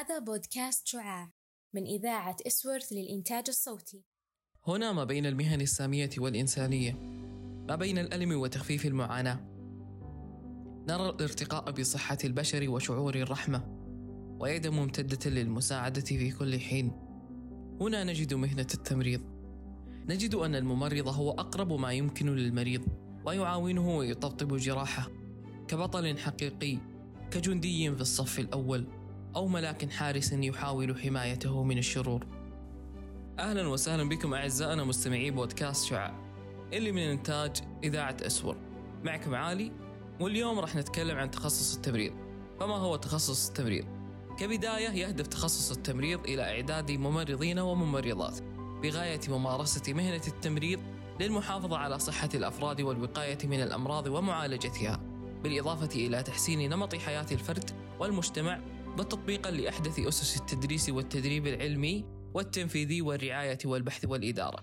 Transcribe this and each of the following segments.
هذا بودكاست شعاع من إذاعة إسورث للإنتاج الصوتي. هنا ما بين المهن السامية والإنسانية، ما بين الألم وتخفيف المعاناة، نرى الارتقاء بصحة البشر وشعور الرحمة ويد ممتدة للمساعدة في كل حين. هنا نجد مهنة التمريض، نجد أن الممرض هو أقرب ما يمكن للمريض ويعاونه ويطبطب جراحه كبطل حقيقي، كجندي في الصف الأول أو ملاك حارس يحاول حمايته من الشرور. أهلا وسهلا بكم أعزائنا مستمعي بودكاست شعاع اللي من إنتاج إذاعة أسور. معكم عالي، واليوم راح نتكلم عن تخصص التمريض. فما هو تخصص التمريض؟ كبداية يهدف تخصص التمريض إلى إعداد ممرضين وممرضات بغاية ممارسة مهنة التمريض للمحافظة على صحة الأفراد والوقاية من الأمراض ومعالجتها، بالإضافة إلى تحسين نمط حياة الفرد والمجتمع، وتطبيقا لأحدث أسس التدريس والتدريب العلمي والتنفيذي والرعاية والبحث والإدارة.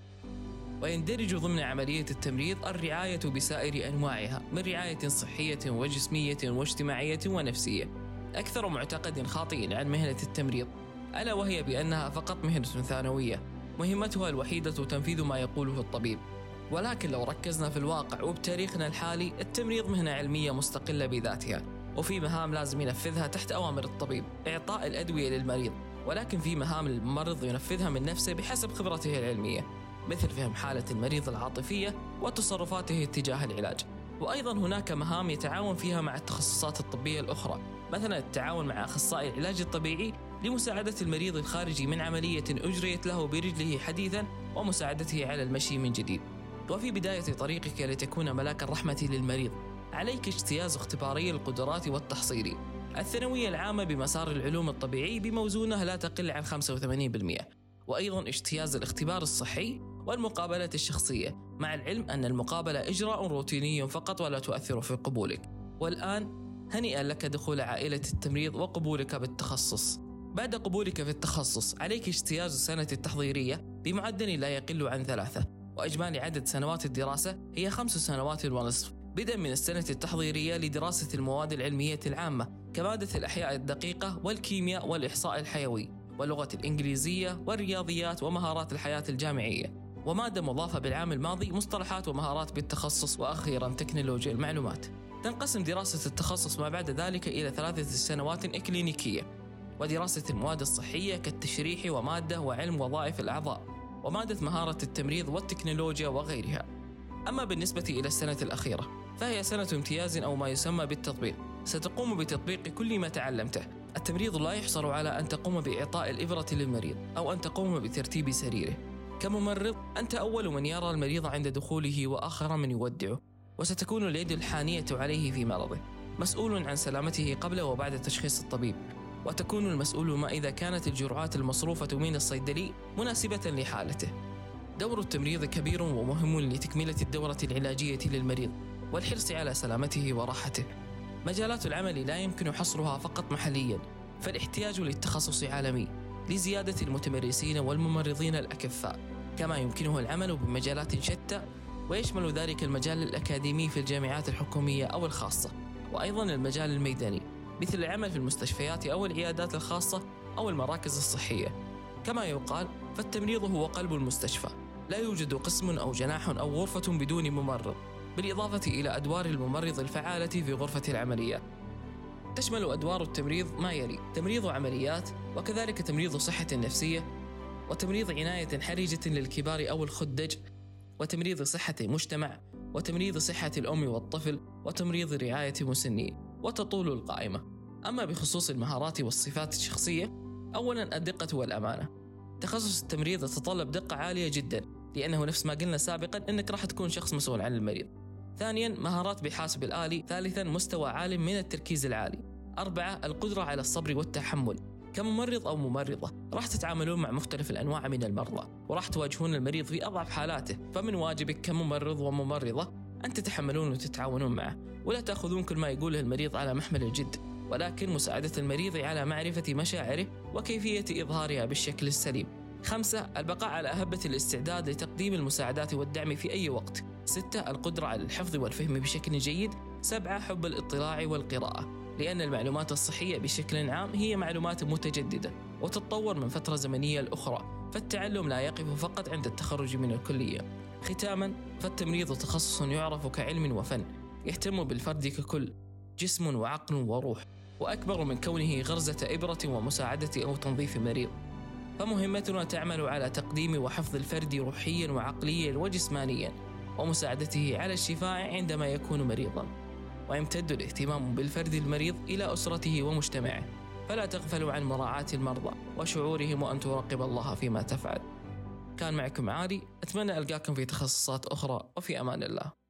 ويندرج ضمن عملية التمريض الرعاية بسائر أنواعها من رعاية صحية وجسمية واجتماعية ونفسية. أكثر معتقد خاطئ عن مهنة التمريض ألا وهي بأنها فقط مهنة ثانوية مهمتها الوحيدة تنفيذ ما يقوله الطبيب، ولكن لو ركزنا في الواقع وبتاريخنا الحالي، التمريض مهنة علمية مستقلة بذاتها، وفي مهام لازم ينفذها تحت أوامر الطبيب، إعطاء الأدوية للمريض، ولكن في مهام الممرض ينفذها من نفسه بحسب خبرته العلمية، مثل فهم حالة المريض العاطفية وتصرفاته اتجاه العلاج. وأيضا هناك مهام يتعاون فيها مع التخصصات الطبية الأخرى، مثلا التعاون مع أخصائي العلاج الطبيعي لمساعدة المريض الخارجي من عملية أجريت له برجله حديثا ومساعدته على المشي من جديد. وفي بداية طريقك لتكون ملاك الرحمة للمريض، عليك اجتياز اختباري القدرات والتحصيلي الثانوية العامة بمسار العلوم الطبيعي بموزونة لا تقل عن 85%، وأيضا اجتياز الاختبار الصحي والمقابلة الشخصية، مع العلم أن المقابلة إجراء روتيني فقط ولا تؤثر في قبولك. والآن هنيئا لك دخول عائلة التمريض وقبولك بالتخصص. بعد قبولك في التخصص عليك اجتياز السنة التحضيرية بمعدل لا يقل عن 3، وإجمالي عدد سنوات الدراسة هي 5 سنوات ونصف، بدءا من السنة التحضيرية لدراسة المواد العلمية العامة كمادة الأحياء الدقيقة والكيمياء والإحصاء الحيوي واللغة الإنجليزية والرياضيات ومهارات الحياة الجامعية، ومادة مضافة بالعام الماضي مصطلحات ومهارات بالتخصص، وأخيرا تكنولوجيا المعلومات. تنقسم دراسة التخصص ما بعد ذلك إلى 3 سنوات إكلينيكية، ودراسة المواد الصحية كالتشريح ومادة وعلم وظائف الأعضاء ومادة مهارة التمريض والتكنولوجيا وغيرها. أما بالنسبة إلى السنة الأخيرة فهي سنة امتياز أو ما يسمى بالتطبيق، ستقوم بتطبيق كل ما تعلمته. التمريض لا يحصر على أن تقوم بإعطاء الإبرة للمريض أو أن تقوم بترتيب سريره. كممرض أنت أول من يرى المريض عند دخوله وآخر من يودعه، وستكون اليد الحانية عليه في مرضه، مسؤول عن سلامته قبل وبعد تشخيص الطبيب، وتكون المسؤول ما إذا كانت الجرعات المصروفة من الصيدلي مناسبة لحالته. دور التمريض كبير ومهم لتكملة الدورة العلاجية للمريض والحرص على سلامته وراحته. مجالات العمل لا يمكن حصرها فقط محليا، فالاحتياج للتخصص عالمي لزيادة المتمرسين والممرضين الأكفاء، كما يمكنه العمل بمجالات شتى، ويشمل ذلك المجال الأكاديمي في الجامعات الحكومية أو الخاصة، وأيضا المجال الميداني مثل العمل في المستشفيات أو العيادات الخاصة أو المراكز الصحية. كما يقال فالتمريض هو قلب المستشفى، لا يوجد قسم أو جناح أو غرفة بدون ممرض، بالإضافة إلى أدوار الممرض الفعالة في غرفة العمليات. تشمل أدوار التمريض ما يلي: تمريض عمليات، وكذلك تمريض صحة نفسية، وتمريض عناية حرجة للكبار أو الخدج، وتمريض صحة مجتمع، وتمريض صحة الأم والطفل، وتمريض رعاية مسنين، وتطول القائمة. أما بخصوص المهارات والصفات الشخصية، أولا الدقة والأمانة. تخصص التمريض يتطلب دقة عالية جدا، لأنه نفس ما قلنا سابقا أنك راح تكون شخص مسؤول عن المريض. ثانيا مهارات بحاسب الآلي. ثالثا مستوى عالي من التركيز العالي. 4 القدرة على الصبر والتحمل. كممرض أو ممرضة راح تتعاملون مع مختلف الأنواع من المرضى، وراح تواجهون المريض في أضعف حالاته، فمن واجبك كممرض وممرضة أن تتحملون وتتعاونون معه، ولا تأخذون كل ما يقوله المريض على محمل الجد، ولكن مساعدة المريض على معرفة مشاعره وكيفية إظهارها بالشكل السليم. 5. البقاء على أهبة الاستعداد لتقديم المساعدات والدعم في أي وقت. 6. القدرة على الحفظ والفهم بشكل جيد. 7. حب الاطلاع والقراءة، لأن المعلومات الصحية بشكل عام هي معلومات متجددة وتتطور من فترة زمنية لأخرى، فالتعلم لا يقف فقط عند التخرج من الكلية. ختاما، فالتمريض تخصص يعرف كعلم وفن، يهتم بالفرد ككل، جسم وعقل وروح، وأكبر من كونه غرزة إبرة ومساعدة أو تنظيف مريض. فمهمتنا تعمل على تقديم وحفظ الفرد روحيا وعقليا وجسمانيا، ومساعدته على الشفاء عندما يكون مريضا. ويمتد الاهتمام بالفرد المريض إلى أسرته ومجتمعه، فلا تغفلوا عن مراعاة المرضى وشعورهم، وأن تراقب الله فيما تفعل. كان معكم عاري، أتمنى ألقاكم في تخصصات أخرى، وفي أمان الله.